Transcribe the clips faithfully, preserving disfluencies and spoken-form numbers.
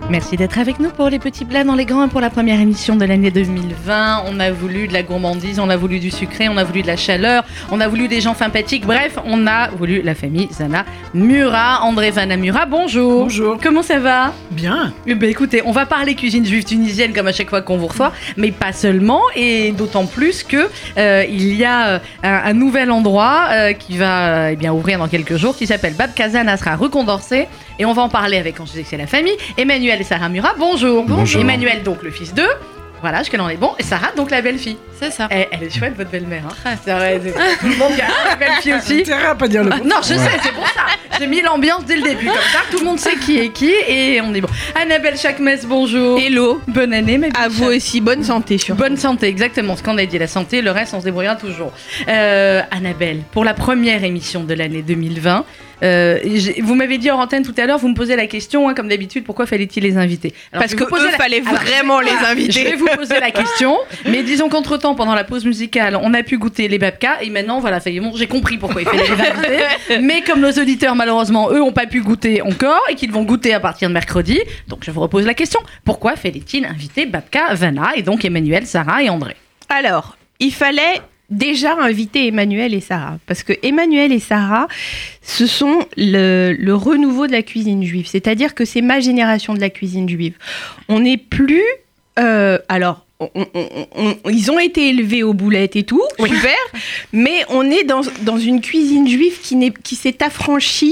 Merci d'être avec nous pour les petits plats dans les grands et pour la première émission de l'année deux mille vingt. On a voulu de la gourmandise, on a voulu du sucré, on a voulu de la chaleur, on a voulu des gens sympathiques. Bref, on a voulu la famille Zana Murat. André Vanna Murat, bonjour. Bonjour. Comment ça va ? Bien. Eh ben, écoutez, on va parler cuisine juive tunisienne comme à chaque fois qu'on vous reçoit, mais pas seulement, et d'autant plus que euh, il y a euh, un, un nouvel endroit euh, qui va euh, eh bien, ouvrir dans quelques jours, qui s'appelle Bab Kazan Asra Rue Condorcet, et on va en parler avec, quand je disais que c'est la famille, Emmanuel et Sarah Murat. Bonjour. Bonjour. Emmanuel, donc le fils d'eux. Voilà, jusqu'à là on est bon. Et Sarah, donc la belle-fille. C'est ça. Elle, elle est chouette, votre belle-mère. Hein. C'est vrai, c'est... tout le monde qui a une belle-fille aussi. T'as intérêt à pas dire le Ah, non, je ouais. sais, c'est pour ça. J'ai mis l'ambiance dès le début. Comme ça, tout le monde sait qui est qui et on est bon. Annabelle Chakmes, bonjour. Hello. Bonne année, ma À vous aussi, bonne santé surtout. Bonne santé, exactement. Ce qu'on a dit, la santé, le reste, on se débrouillera toujours. Euh, Annabelle, pour la première émission de l'année deux mille vingt, Euh, vous m'avez dit en antenne tout à l'heure, vous me posez la question, hein, comme d'habitude, pourquoi fallait-il les inviter ? Alors, Parce que eux, la... fallait Alors, vraiment les inviter. Je vais vous poser la question, mais disons qu'entre-temps, pendant la pause musicale, on a pu goûter les babkas, et maintenant, voilà, ça y est, bon, j'ai compris pourquoi il fallait les inviter. Mais comme nos auditeurs, malheureusement, eux, n'ont pas pu goûter encore, et qu'ils vont goûter à partir de mercredi, donc je vous repose la question, pourquoi fallait-il inviter Babka, Vanna, et donc Emmanuel, Sarah et André ? Alors, il fallait... déjà inviter Emmanuel et Sarah, parce que Emmanuel et Sarah, ce sont le, le renouveau de la cuisine juive, c'est-à-dire que c'est ma génération de la cuisine juive. On n'est plus... Euh, alors, on, on, on, on, ils ont été élevés aux boulettes et tout, oui. Super, mais on est dans, dans une cuisine juive qui, n'est, qui s'est affranchie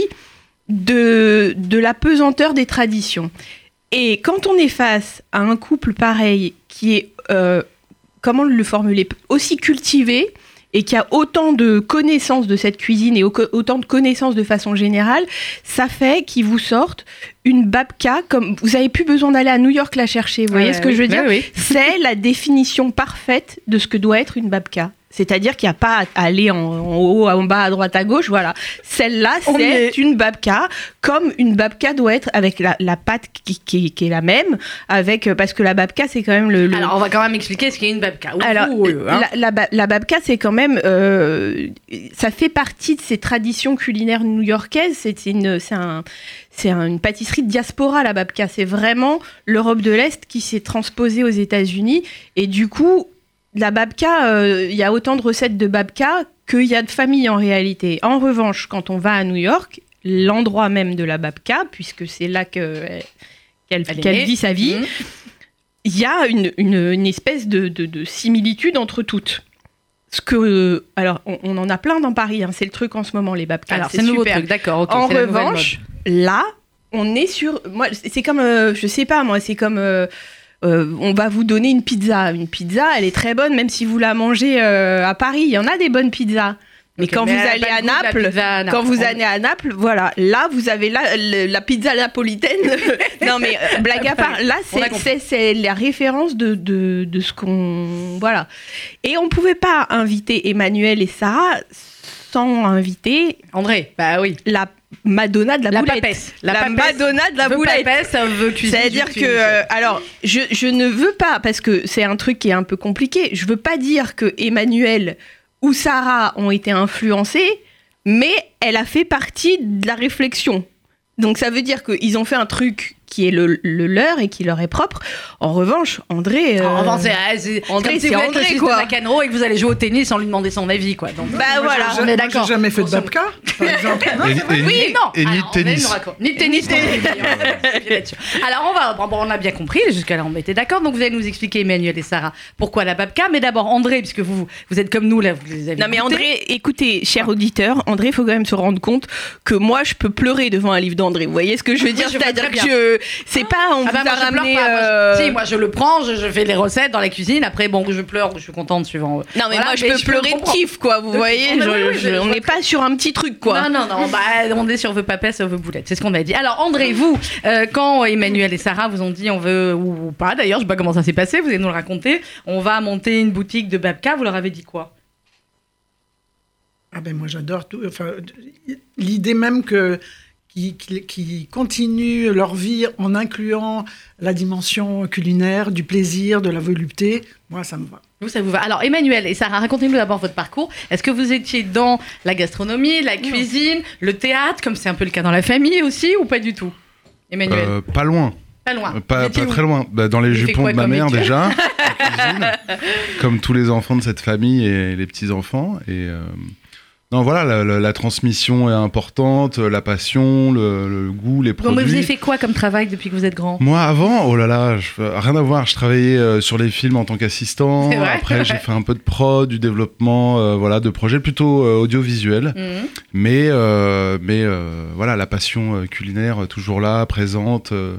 de, de la pesanteur des traditions. Et quand on est face à un couple pareil, qui est... Euh, comment le formuler, aussi cultivé et qui a autant de connaissances de cette cuisine et autant de connaissances de façon générale, ça fait qu'ils vous sortent une babka, comme vous n'avez plus besoin d'aller à New York la chercher, vous voyez ouais, ce que oui, je veux dire oui. C'est la définition parfaite de ce que doit être une babka. C'est-à-dire qu'il n'y a pas à aller en, en haut, en bas, à droite, à gauche, voilà. Celle-là, On c'est est... une babka, comme une babka doit être, avec la, la pâte qui, qui, qui est la même, avec, parce que la babka, c'est quand même le... le... Alors, on va quand même expliquer ce qu'est une babka. Alors, ou, ou, hein. la, la, la babka, c'est quand même... Euh, ça fait partie de ces traditions culinaires new-yorkaises. C'est, c'est, une, c'est, un, c'est un, une pâtisserie de diaspora, la babka. C'est vraiment l'Europe de l'Est qui s'est transposée aux États-Unis. Et du coup... La babka, il euh, y a autant de recettes de babka qu'il y a de familles en réalité. En revanche, quand on va à New York, l'endroit même de la babka, puisque c'est là que, qu'elle, qu'elle vit sa vie, il mmh. y a une, une, une espèce de, de, de similitude entre toutes. Ce que, euh, alors, on, on en a plein dans Paris, hein, c'est le truc en ce moment, les babkas. Alors, c'est, c'est le nouveau truc, d'accord. Okay, en revanche, là, on est sur... Moi, c'est comme, euh, je sais pas, moi, c'est comme... Euh, Euh, on va vous donner une pizza. Une pizza, elle est très bonne, même si vous la mangez euh, à Paris. Il y en a des bonnes pizzas. Mais okay, quand mais vous allez à Naples, à Naples, quand vous allez à Naples, voilà, là vous avez la, la, la pizza napolitaine. Non mais euh, blague à part, là c'est, c'est, c'est la référence de, de, de ce qu'on, voilà. Et on pouvait pas inviter Emmanuel et Sarah sans inviter André. Bah oui. La Madonna de la, la boulette. Papesse. La, la papesse. Madonna de la veut boulette. Papesse, ça veut cuisiner. C'est-à-dire que, euh, alors, je, je ne veux pas, parce que c'est un truc qui est un peu compliqué, je veux pas dire que Emmanuel ou Sarah ont été influencés, mais elle a fait partie de la réflexion. Donc ça veut dire qu'ils ont fait un truc qui est le, le leur et qui leur est propre. En revanche, André... Euh... En revanche, c'est, c'est, André, c'est, c'est André, André, quoi. C'est McEnroe et que vous allez jouer au tennis sans lui demander son avis, quoi. Donc, bah moi, voilà, on est d'accord. J'ai jamais fait de babka, par exemple. Et, et, oui, et, non. Et ni de tennis. Ni de tennis. Alors, on va... Bon, on a bien compris, jusqu'à là, on était d'accord. Donc, vous allez nous expliquer, Emmanuel et Sarah, pourquoi la babka. Mais d'abord, André, puisque vous, vous êtes comme nous, là, vous les avez Non, mais goûtés. André, écoutez, cher auditeur, André, il faut quand même se rendre compte que moi, je peux pleurer devant un livre d'André. Vous voyez ce que je veux dire ? Oui, je C'est-à-dire que je... c'est pas... On ah bah vous moi, a ramené... Moi, euh... je, si, moi je le prends, je, je fais les recettes dans la cuisine. Après, bon, je pleure ou je suis contente suivant. Non, mais voilà, moi je peux je pleurer de kiff, quoi. Vous voyez, je, oui, oui, je, je, on n'est pas sur un petit truc, quoi. Non, non, non. Bah, on est sur veut papesse, veut boulette. C'est ce qu'on a dit. Alors, André, vous, euh, quand Emmanuel et Sarah vous ont dit on veut ou, ou pas, d'ailleurs, je sais pas comment ça s'est passé. Vous allez nous le raconter. On va monter une boutique de babka. Vous leur avez dit quoi ? Ah ben moi j'adore tout. Enfin, l'idée même que Qui, qui, qui continuent leur vie en incluant la dimension culinaire, du plaisir, de la volupté. Moi, ça me va. Vous, ça vous va. Alors, Emmanuel et Sarah, racontez-nous d'abord votre parcours. Est-ce que vous étiez dans la gastronomie, la cuisine, non. le théâtre, comme c'est un peu le cas dans la famille aussi, ou pas du tout, Emmanuel ? euh, Pas loin. Pas loin. Euh, Pas, Vous étiez pas où très loin. Bah, dans les Il fait jupons quoi de ma comme mère métier déjà, en cuisine, comme tous les enfants de cette famille et les petits-enfants. Et euh, non, voilà, la, la, la transmission est importante, la passion, le, le goût, les Donc, produits. mais vous avez fait quoi comme travail depuis que vous êtes grand? Moi, avant, oh là là, je, rien à voir. Je travaillais euh, sur les films en tant qu'assistant. C'est vrai. Après, j'ai fait un peu de prod, du développement, euh, voilà, de projets plutôt euh, audiovisuels. Mhm. Mais, euh, mais euh, voilà, la passion euh, culinaire euh, toujours là, présente. euh,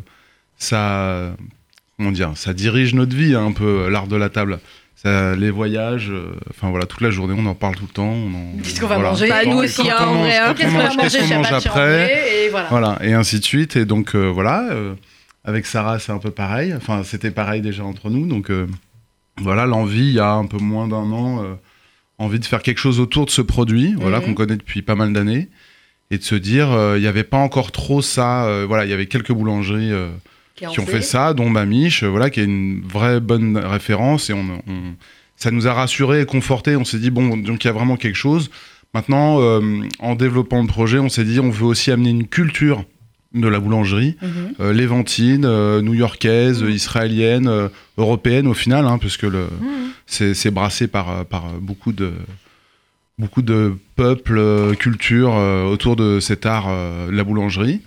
ça, comment dire, ça dirige notre vie hein, un peu, euh, l'art de la table. Ça, les voyages, euh, enfin voilà, toute la journée, on en parle tout le temps. On en, Qu'est-ce qu'on va voilà. manger? Bah, nous aussi, Quand hein, on en mange- vrai, hein. quand on Qu'est-ce qu'on va mange, manger qu'est-ce qu'on mange Shabbat après Chandré, et voilà. Voilà, et ainsi de suite. Et donc euh, voilà, euh, avec Sarah, c'est un peu pareil. Enfin, c'était pareil déjà entre nous. Donc euh, voilà, l'envie, il y a un peu moins d'un an, euh, envie de faire quelque chose autour de ce produit, voilà, Mhm. qu'on connaît depuis pas mal d'années, et de se dire, euh, il n'y avait pas encore trop ça. euh, voilà, il y avait quelques boulangeries euh, qui ont fait ça, dont Mamiche, euh, voilà, qui est une vraie bonne référence, et on, on- ça nous a rassurés et confortés. On s'est dit bon, donc il y a vraiment quelque chose. Maintenant, euh, en développant le projet, on s'est dit on veut aussi amener une culture de la boulangerie, Mhm. euh, léventine, euh, new-yorkaise, euh, israélienne, euh, européenne au final, hein, puisque le, c'est, c'est brassé par, euh, par beaucoup de beaucoup de peuples, euh, cultures euh, autour de cet art, euh, la boulangerie.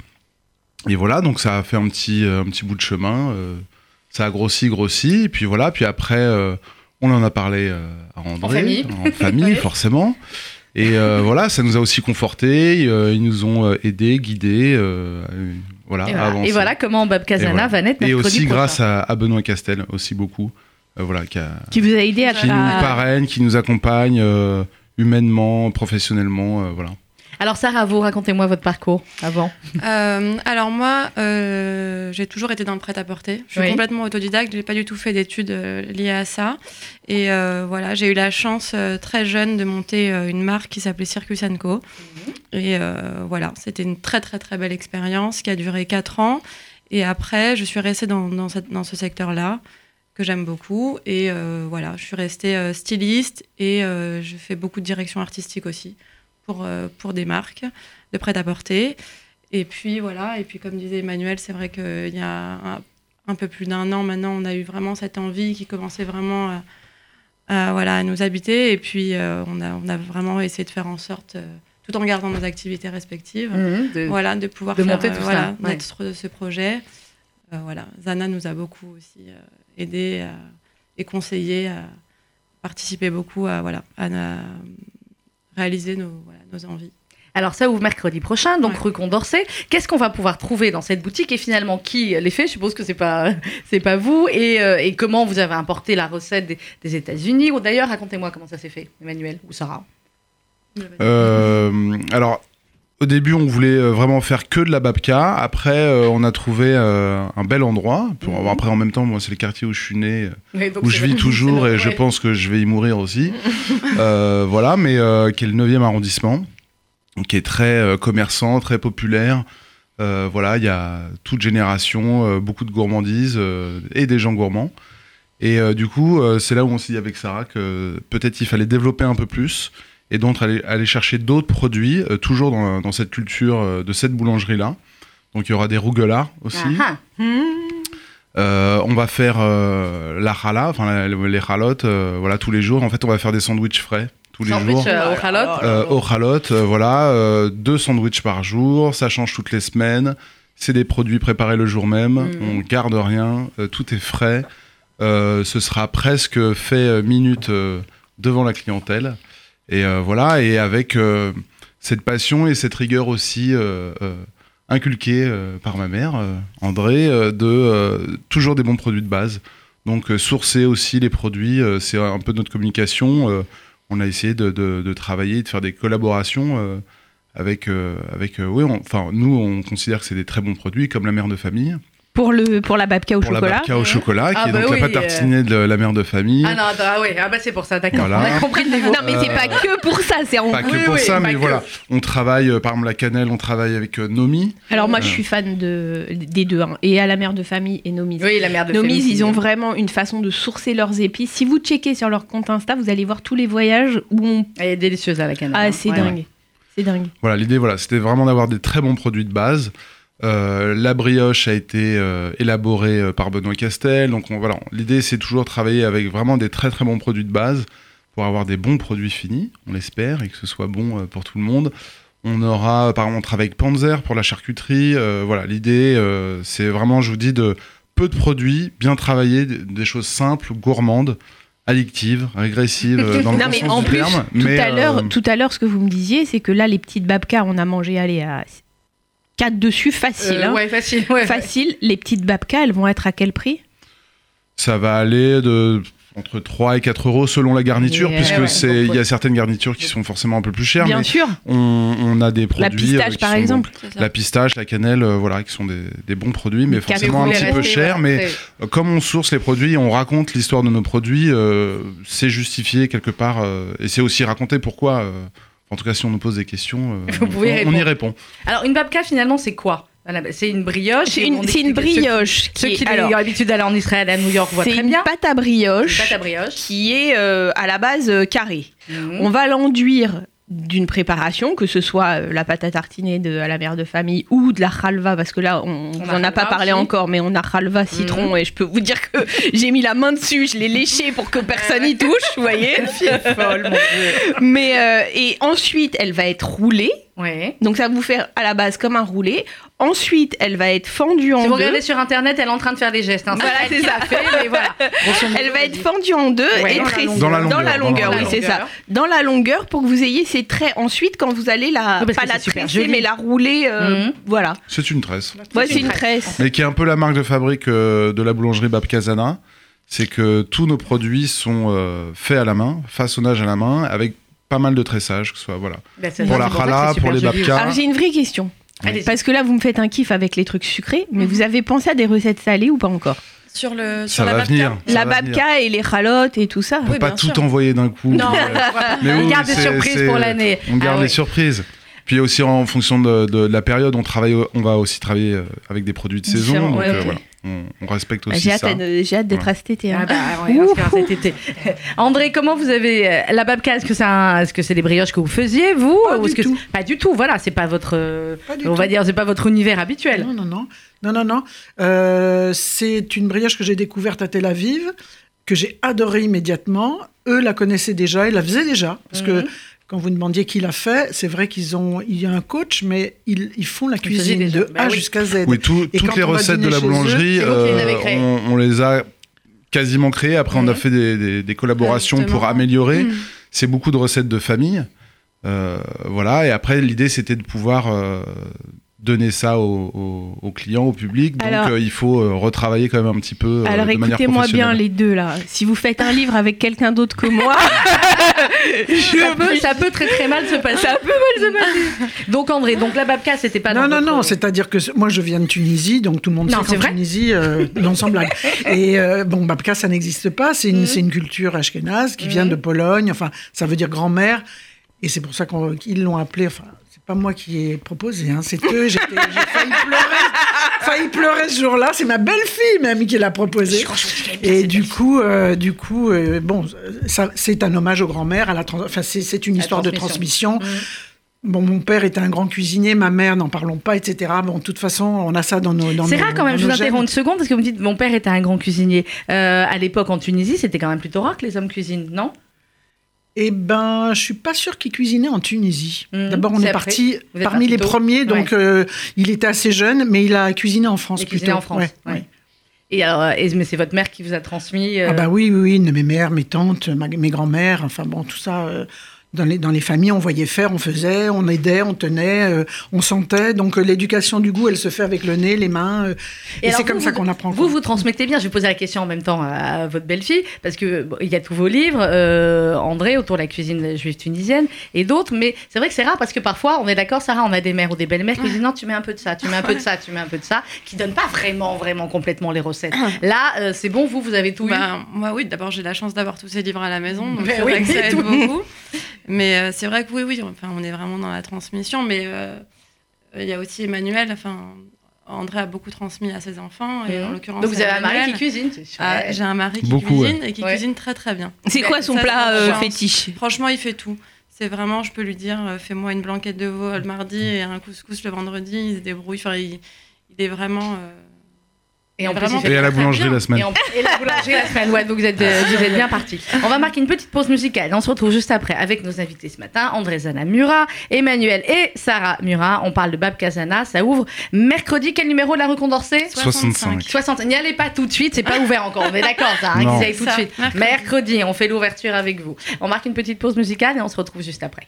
Et voilà, donc ça a fait un petit, euh, un petit bout de chemin. euh, ça a grossi, grossi. Et puis voilà, puis après, euh, on en a parlé euh, à André. En famille. En famille, Oui. forcément. Et euh, voilà, ça nous a aussi confortés. euh, ils nous ont euh, aidés, guidés. euh, euh, voilà, Et à voilà. avancer. Et voilà comment Bab Kazana Et voilà. va naître Et mercredi aussi prochain. grâce à, à Benoît Castel, aussi beaucoup. euh, voilà, qui, a- Qui vous a aidé à qui nous à- parraine, qui nous accompagne euh, humainement, professionnellement. euh, voilà. Alors Sarah, vous racontez-moi votre parcours avant. Euh, alors moi, euh, j'ai toujours été dans le prêt-à-porter. Je suis Oui. complètement autodidacte. J'ai pas du tout fait d'études euh, liées à ça. Et euh, voilà, j'ai eu la chance euh, très jeune de monter euh, une marque qui s'appelait Circus and Co. Et euh, voilà, c'était une très très très belle expérience qui a duré quatre ans. Et après, je suis restée dans, dans, cette, dans ce secteur-là que j'aime beaucoup. Et euh, voilà, je suis restée euh, styliste et euh, je fais beaucoup de direction artistique aussi. Pour, euh, pour des marques de prêt-à-porter. Et puis voilà, et puis comme disait Emmanuel, c'est vrai qu'il y a un, un peu plus d'un an maintenant, on a eu vraiment cette envie qui commençait vraiment à, à, voilà, à nous habiter. Et puis euh, on, a, on a vraiment essayé de faire en sorte, euh, tout en gardant nos activités respectives, De- voilà, de pouvoir de faire monter euh, tout voilà, ça, ouais. notre ce projet. Euh, voilà. Zana nous a beaucoup aussi euh, aidé à- et conseillé, à participer beaucoup à, voilà, à, à réaliser nos, voilà, nos envies. Alors ça ouvre mercredi prochain, donc Ouais. rue Condorcet. Qu'est-ce qu'on va pouvoir trouver dans cette boutique et finalement qui les fait? Je suppose que c'est pas c'est pas vous. Et, euh, et comment vous avez importé la recette des, des États-Unis? Ou d'ailleurs, racontez-moi comment ça s'est fait, Emmanuel ou Sarah. Euh, alors, au début, on voulait euh, vraiment faire que de la babka. Après, euh, on a trouvé euh, un bel endroit. Pour, Mhm. Après, en même temps, moi, c'est le quartier où je suis né, euh, Oui, donc où c'est je le- vis toujours, c'est le- et je ouais. pense que je vais y mourir aussi. Euh, voilà, mais euh, qui est le neuvième arrondissement, qui est très euh, commerçant, très populaire. Euh, voilà, il y a toute génération, euh, beaucoup de gourmandises euh, et des gens gourmands. Et euh, du coup, euh, c'est là où on s'est dit avec Sarah que peut-être il fallait développer un peu plus et donc aller, aller chercher d'autres produits, euh, toujours dans, dans cette culture euh, de cette boulangerie-là. Donc il y aura des rougelards aussi. Ah, ah. Euh, on va faire euh, la challah, enfin la- les chalotes, euh, voilà, tous les jours. En fait, on va faire des sandwichs frais tous les Sandwich jours. euh, au chalotte. Euh, au chalotes, euh, voilà, euh, deux sandwichs par jour, ça change toutes les semaines. C'est des produits préparés le jour même, Mhm. on garde rien, euh, tout est frais. Euh, ce sera presque fait euh, minute euh, devant la clientèle. Et euh, voilà, et avec euh, cette passion et cette rigueur aussi euh, euh, inculquée euh, par ma mère, euh, André, euh, de euh, toujours des bons produits de base. Donc euh, sourcer aussi les produits, euh, c'est un peu notre communication. euh, on a essayé de, de, de travailler, de faire des collaborations euh, avec, euh, avec euh, oui, on- enfin nous on considère que c'est des très bons produits comme la mère de famille. Pour, le, pour la babka au Pour la chocolat. babka au chocolat, Ah qui est bah donc oui, la pâte euh. tartinée de la mère de famille. Ah non, attends, ah ouais, ah bah c'est pour ça, d'accord. Voilà. On a compris le niveau. Non, mais c'est pas que pour ça, c'est en Pas que Oui, pour oui, ça, pas mais que. voilà. On travaille, euh, par exemple, la cannelle, on travaille avec euh, Nomi. Alors moi, je Euh. suis fan de, des deux, hein, et à la mère de famille et Nomis. Oui, la mère de Nomis, famille, ils ont c'est- vraiment une façon de sourcer leurs épices. Si vous checkez sur leur compte Insta, vous allez voir tous les voyages où on... Elle est délicieuse à la cannelle. Ah, hein. c'est Ouais, dingue. ouais. C'est dingue. Voilà, l'idée, voilà, c'était vraiment d'avoir des très bons produits de base. Euh, la brioche a été euh, élaborée euh, par Benoît Castel. Donc on, voilà, l'idée c'est toujours de travailler avec vraiment des très très bons produits de base pour avoir des bons produits finis, on l'espère, et que ce soit bon euh, pour tout le monde. On aura, par exemple, on travaille avec Panzer pour la charcuterie. Euh, voilà, l'idée euh, c'est vraiment, je vous dis, de peu de produits, bien travaillés, des choses simples, gourmandes, addictives, régressives euh, dans le Non, bon mais sens en du plus, terme. tout Mais, à l'heure, euh, tout à l'heure, ce que vous me disiez, c'est que là, les petites babkas, on a mangé, allez, à quatre dessus, facile. Euh, hein. ouais, facile. Ouais, Facile. Les petites babkas, elles vont être à quel prix? ça va aller de entre trois et quatre euros selon la garniture, Et puisque ouais, c'est, donc, il y ouais. a certaines garnitures qui sont forcément un peu plus chères, Bien mais sûr. on, on a des produits. La pistache, euh, qui par sont exemple. C'est bons. ça. La pistache, la cannelle, euh, voilà, qui sont des, des bons produits, mais Mais forcément vous un les petit peu restez, chers. voilà, Mais c'est- euh, comme on source les produits, on raconte l'histoire de nos produits, euh, c'est justifié quelque part, euh, et c'est aussi raconter pourquoi. euh, en tout cas, si on nous pose des questions, euh, Vous pouvez on, on y répondre. répond. Alors, une babka, finalement, c'est quoi? C'est une brioche. C'est et une, on c'est une explique- ceux- brioche Ceux qui qui est, ont alors, l'habitude d'aller en Israël, à New York, voient c'est très une bien. pâte à Une brioche pâte à brioche. qui est euh, à la base euh, carrée. Mhm. On va l'enduire d'une préparation, que ce soit euh, la pâte à tartiner de, à la mère de famille ou de la khalva, parce que là, on On n'en a a pas khalva parlé aussi. encore, mais on a khalva citron, et je peux vous dire que j'ai mis la main dessus, je l'ai léché pour que personne y touche, vous voyez. Folle, mon Dieu. Mais, euh, et ensuite, elle va être roulée, Ouais. donc ça va vous faire à la base comme un roulé. Ensuite, elle va être fendue en Si vous deux. regardez sur internet, elle est en train de faire des gestes. Hein. Voilà, elle c'est qui ça. l'a fait, mais voilà. Grosso modo, Elle va être vas-y. fendue en deux Ouais, et dans la tressée. longueur. Dans la longueur, Dans la dans longueur, la oui, c'est longueur. ça. Dans la longueur pour que vous ayez ces traits ensuite quand vous allez la, Oui, parce pas que la c'est super tresser, joli. mais la rouler. euh, Mhm. Voilà. C'est une tresse. Ouais, C'est c'est une une tresse. tresse. Mais qui est un peu la marque de fabrique euh, de la boulangerie Bab Kazana, c'est que tous nos produits sont euh, faits à la main, façonnage à la main, avec pas mal de tressage, que ce soit voilà. Bah, c'est- Pour c'est la ça que challah, c'est pour super les joli. babkas. Alors j'ai une vraie question. Allez-y. Parce que là, vous me faites un kiff avec les trucs sucrés, mais vous avez pensé à des recettes salées ou pas encore? Sur, le, Ça sur la va babka. venir. ça La va venir. babka et les chalotes et tout ça. On peut Oui, pas bien tout sûr. envoyer d'un coup. Non, mais on oui, garde des c'est- surprises c'est- pour l'année. On garde Ah ouais. les surprises. Puis aussi en fonction de, de la période, on travaille, on va aussi travailler euh, avec des produits de saison, Différents, donc ouais, euh, ok. voilà, on, on respecte aussi J'ai hâte, ça. de- j'ai hâte d'être Voilà. à cet été. hein. Ah bah, ouais, on se fera cet été. André, comment vous avez euh, la babka? Est-ce que c'est un- est-ce que c'est des brioches que vous faisiez vous Pas ou du est-ce que tout. c'est- Pas du tout. Voilà, c'est pas votre. euh, Pas du on va tout. dire, c'est pas votre univers habituel. Non, non, non. Non, non, non. Euh, c'est une brioche que j'ai découverte à Tel Aviv, que j'ai adorée immédiatement. Eux la connaissaient déjà, ils la faisaient déjà. Parce que Mhm. quand vous demandiez qui l'a fait, c'est vrai qu'ils ont, il y a un coach, mais ils, ils font la faisaient cuisine déjà. de Bah A oui. jusqu'à Z. Oui, tout- Et toutes quand les on va recettes de dîner la chez eux, boulangerie, c'est vous qui les euh, avez créées. on, on les a quasiment créées. Après, on a Mhm. fait des, des- des collaborations Justement. pour améliorer. Mm. C'est beaucoup de recettes de famille. Euh, voilà. Et après, l'idée, c'était de pouvoir euh, donner ça aux, aux- aux clients, au public. Donc, Alors- euh, il faut euh, retravailler quand même un petit peu euh, Alors de manière écoutez-moi bien professionnelle. les deux là. Si vous faites un livre avec quelqu'un d'autre que moi, Ça peut, ça peut très très mal se passer. Ça peut mal se passer. Donc André, donc la babka, c'était pas. Non, dans non, votre- non, c'est-à-dire que c- moi je viens de Tunisie, donc tout le monde Non, sait c'est qu'en vrai Tunisie, euh, non sans blague. Et euh, bon, babka, ça n'existe pas, c'est une, Mhm. c'est une culture ashkénaze qui vient Mhm. de Pologne, enfin, ça veut dire grand-mère, et c'est pour ça qu'on- qu'ils l'ont appelé, enfin, c'est pas moi qui ai proposé, hein, c'est eux, j'étais- j'ai failli pleurer, failli pleurer ce jour-là, c'est ma belle-fille même qui l'a proposé. Et du coup, euh, du coup, euh, bon, ça, c'est un hommage aux grand-mères, à la trans- enfin, c'est, c'est une La histoire de transmission. transmission. Bon, mon père était un grand cuisinier, ma mère, n'en parlons pas, et cetera. Bon, de toute façon, on a ça dans nos dans C'est nos- rare quand même, dans je vous nos interromps gènes. une seconde parce que vous me dites mon père était un grand cuisinier. Euh, à l'époque en Tunisie, c'était quand même plutôt rare que les hommes cuisinent, non? Eh ben, je suis pas sûre qu'il cuisinait en Tunisie. Mhm. D'abord, on C'est est après. parti Vous êtes parmi parti les tôt. premiers, donc euh, il était assez jeune, mais il a cuisiné en France Il plutôt. cuisinait en France. Ouais, ouais. ouais. Et alors, euh, et- mais c'est votre mère qui vous a transmis. euh, Ah bah oui, oui, oui, mes mères, mes tantes, ma- mes grands-mères, enfin bon, tout ça. euh, Dans les, dans les familles, on voyait faire, on faisait, on aidait, on tenait, euh, on sentait. Donc euh, l'éducation du goût, elle se fait avec le nez, les mains. euh, et alors, c'est vous, comme ça vous- qu'on apprend. Vous, quoi. vous transmettez bien. Je vais poser la question en même temps à, à votre belle-fille, parce que bon, il y a tous vos livres, euh, André, autour de la cuisine juive tunisienne, et d'autres. Mais c'est vrai que c'est rare, parce que parfois, on est d'accord, Sarah, on a des mères ou des belles-mères qui disent non, tu mets un peu de ça, tu mets un peu de ça, tu mets un peu de ça, qui donnent pas vraiment, vraiment complètement les recettes. Là, euh, c'est bon, vous, vous avez tout eu. Bah, moi, oui, d'abord, j'ai la chance d'avoir tous ces livres à la maison, donc Ben c'est oui, vrai que ça aide tout. beaucoup. Mais euh, c'est vrai que oui, oui, enfin, on est vraiment dans la transmission, mais euh, il y a aussi Emmanuel, enfin, André a beaucoup transmis à ses enfants, et en l'occurrence, Donc vous avez un mari Emmanuel, qui cuisine. c'est ah, chouette. j'ai un mari qui Beaucoup, cuisine et qui Ouais. cuisine très très bien. c'est quoi Mais son ça, plat c'est euh, chance. fétiche? Franchement, il fait tout. C'est vraiment, je peux lui dire, euh, fais-moi une blanquette de veau le mardi et un couscous le vendredi, il se débrouille. Enfin, il, il est vraiment. Euh, Et, en vraiment plus, et à la boulangerie bien. la semaine. Et, en- et la boulangerie la semaine, ouais, donc vous êtes, euh, vous êtes bien partis. On va marquer une petite pause musicale et on se retrouve juste après avec nos invités ce matin, André-Zana Murat, Emmanuel et Sarah Murat. On parle de Babkazana, ça ouvre mercredi. Quel numéro de la rue Condorcet ? soixante-cinq. soixante. N'y allez pas tout de suite, c'est pas ouvert encore, on est d'accord, ça, hein, Non. qu'ils y aillent tout de Ça, suite. mercredi. Mercredi, on fait l'ouverture avec vous. On marque une petite pause musicale et on se retrouve juste après.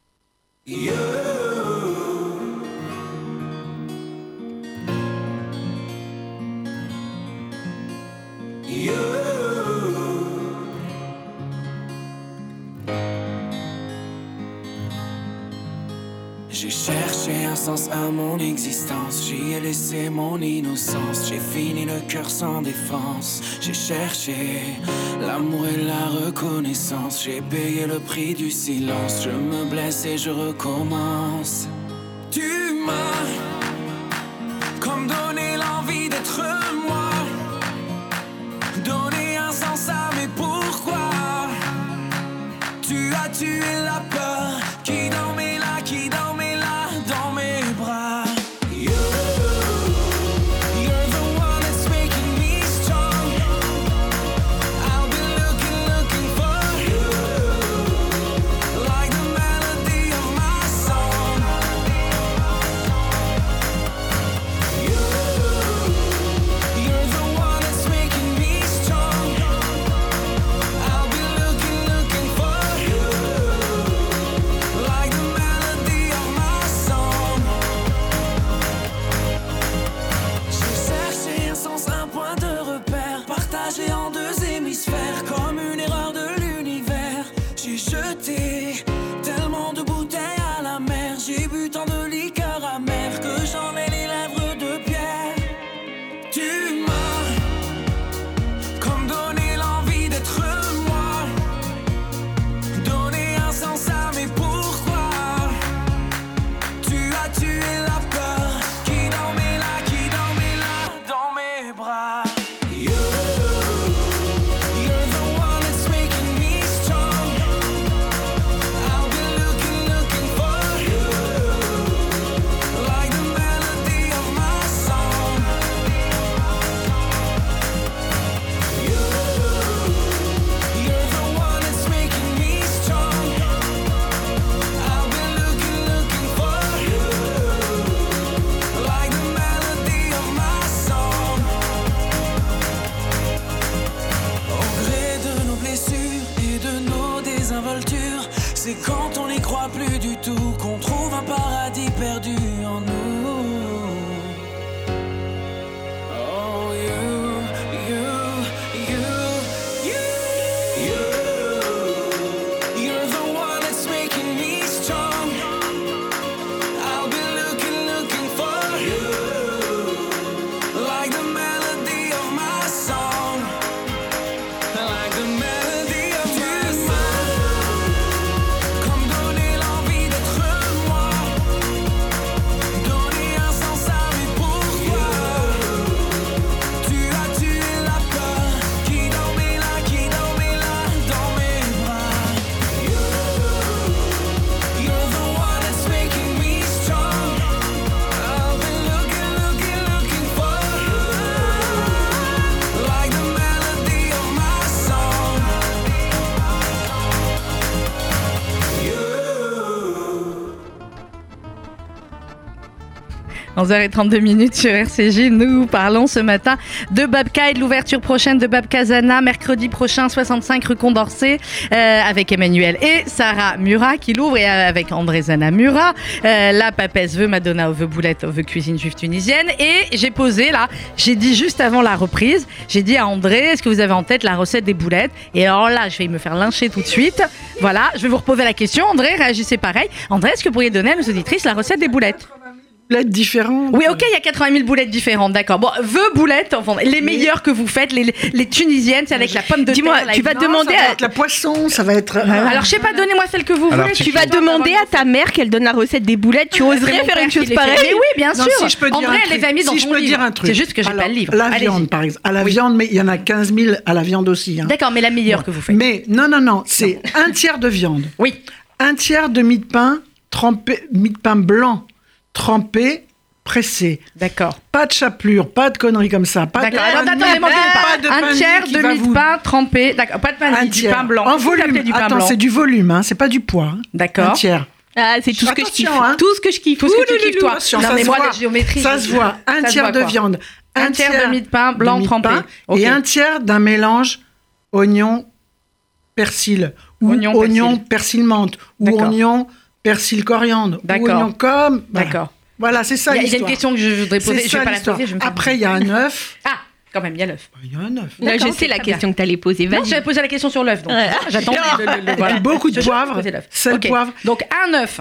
J'ai cherché un sens à mon existence, j'y ai laissé mon innocence. J'ai fini le cœur sans défense. J'ai cherché l'amour et la reconnaissance. J'ai payé le prix du silence. Je me blesse et je recommence. Tu m'as comme donné l'envie d'être moi, donné un sens à mes pourquoi. Tu as tué la peur qui dormait là, qui dormait là dans mes bras. You, you're the one that's making me strong. I'll be looking, looking for you, like the melody of my song. You, you're the one that's making me strong. I'll be looking, looking for you, like the melody of my song. J'ai cherché un sens, un point de repère, partagé en deux hémisphères, comme une erreur de l'univers. J'ai jeté tellement de bouteilles à la mer, j'ai bu tant de liqueurs amères que j'en ai les lèvres de pierre. Tu m'as comme donné l'envie d'être moi, donné un sens à mes pourquoi. Tu as tué la peur qui dormait là, qui dormait là dans mes bras. You, you're the one that's making me strong. I'll be looking, looking for you, like the melody of my song. You, you're the one that's making me strong. I'll be looking, looking for you, like the melody of my song. Au gré de nos blessures et de nos désinvoltures, c'est quand on n'y croit plus du tout qu'on trouve un paradis perdu en nous. Oh, you, you, you, you, you, you're the one that's making me strong. I'll be looking, looking for you, like the melody of my song, like the melody of my song. Comme donner l'envie d'être moi, donner un sens à mes pourquoi. Tu as tué la peur qui dormait là, qui dormait là dans mes bras. You, you're the one that's making me strong. I'll be looking, looking, looking for you, like the melody of my song. You. onze heures trente-deux minutes sur R C J, nous parlons ce matin de Babka et de l'ouverture prochaine de Babkazana, mercredi prochain, soixante-cinq rue Condorcet, euh, avec Emmanuel et Sarah Murat qui l'ouvrent, et avec André-Zana Murat, euh, la papesse veut Madonna, veut boulette, veut cuisine juive tunisienne. Et j'ai posé là, j'ai dit juste avant la reprise, j'ai dit à André, est-ce que vous avez en tête la recette des boulettes ? Et alors là, je vais me faire lyncher tout de suite. Voilà, je vais vous reposer la question. André, réagissez pareil. André, est-ce que vous pourriez donner à nos auditrices la recette des boulettes ? Boulettes différentes. Oui, ok, il y a quatre-vingt mille boulettes différentes, d'accord. Bon, vœux boulettes, enfin, les meilleures que vous faites, les, les tunisiennes, c'est avec la pomme de Dis-moi, terre. la tu vas viande. demander Ça va à- être la poisson, ça va être. Alors, je sais pas, donnez-moi celle que vous Alors, voulez. tu- Tu vas demander à ta mère qu'elle donne la recette des boulettes. Tu C'est oserais mon faire père une qui chose les fait. pareille? Mais oui, bien Non, sûr. si je peux dire André, un elle truc. les a mis dans si son je peux livre. dire un truc. C'est juste que j'ai Alors, pas le livre. La Allez-y. viande, par exemple. À la Oui. viande, mais il y en a quinze mille à la viande aussi. hein. D'accord, mais la meilleure que vous faites. Mais non, non, non, c'est un tiers de viande, Oui. un tiers de mie de pain trempé, mie de pain blanc trempé, pressé. D'accord. Pas de chapelure, pas de conneries comme ça. Pas de D'accord. Alors, pain de attendez, mie, m'embêtez pas pas. de Un pain de tiers mie qui de va mie de vous- pain trempé. D'accord. Pas de pain de Un mie, du tiers. pain blanc. En Qu'est-ce que vous volume. appelez du pain Attends, blanc. c'est du volume, hein, c'est pas du poids. hein. D'accord. Un tiers. Ah, c'est tout ce que je Attention, kiffe. hein. Tout ce que je kiffe. Tout ce que tu Ouh, kiffes, toi. attention, Non, ça mais se moi, voit. la géométrie. Ça je- se voit. Un ça se tiers voit, de quoi. viande. Un tiers de mie de pain blanc de mie de trempé. pain Ok. Et un tiers d'un mélange oignon, persil. Ou Oignon, oignon, persil. persil menthe. Ou D'accord. oignon, persil coriandre. Ou D'accord. oignon comme. Voilà. D'accord. Voilà, c'est ça Il y a- il y a une l'histoire. question que je voudrais C'est poser. Je ça vais pas la l'histoire. poser. Je vais me faire- Après, il y a un œuf. Ah, quand même, il y a l'œuf. Il y a un œuf. Là, D'accord, je ok, sais la très question que tu allais poser. Non, Vas-y. j'avais posé la question sur l'œuf. Donc, Ouais. j'attends le, le- le- voilà. Et beaucoup de Je- je vais poivre, poser l'œuf. sel, Ok. poivre. Donc, un œuf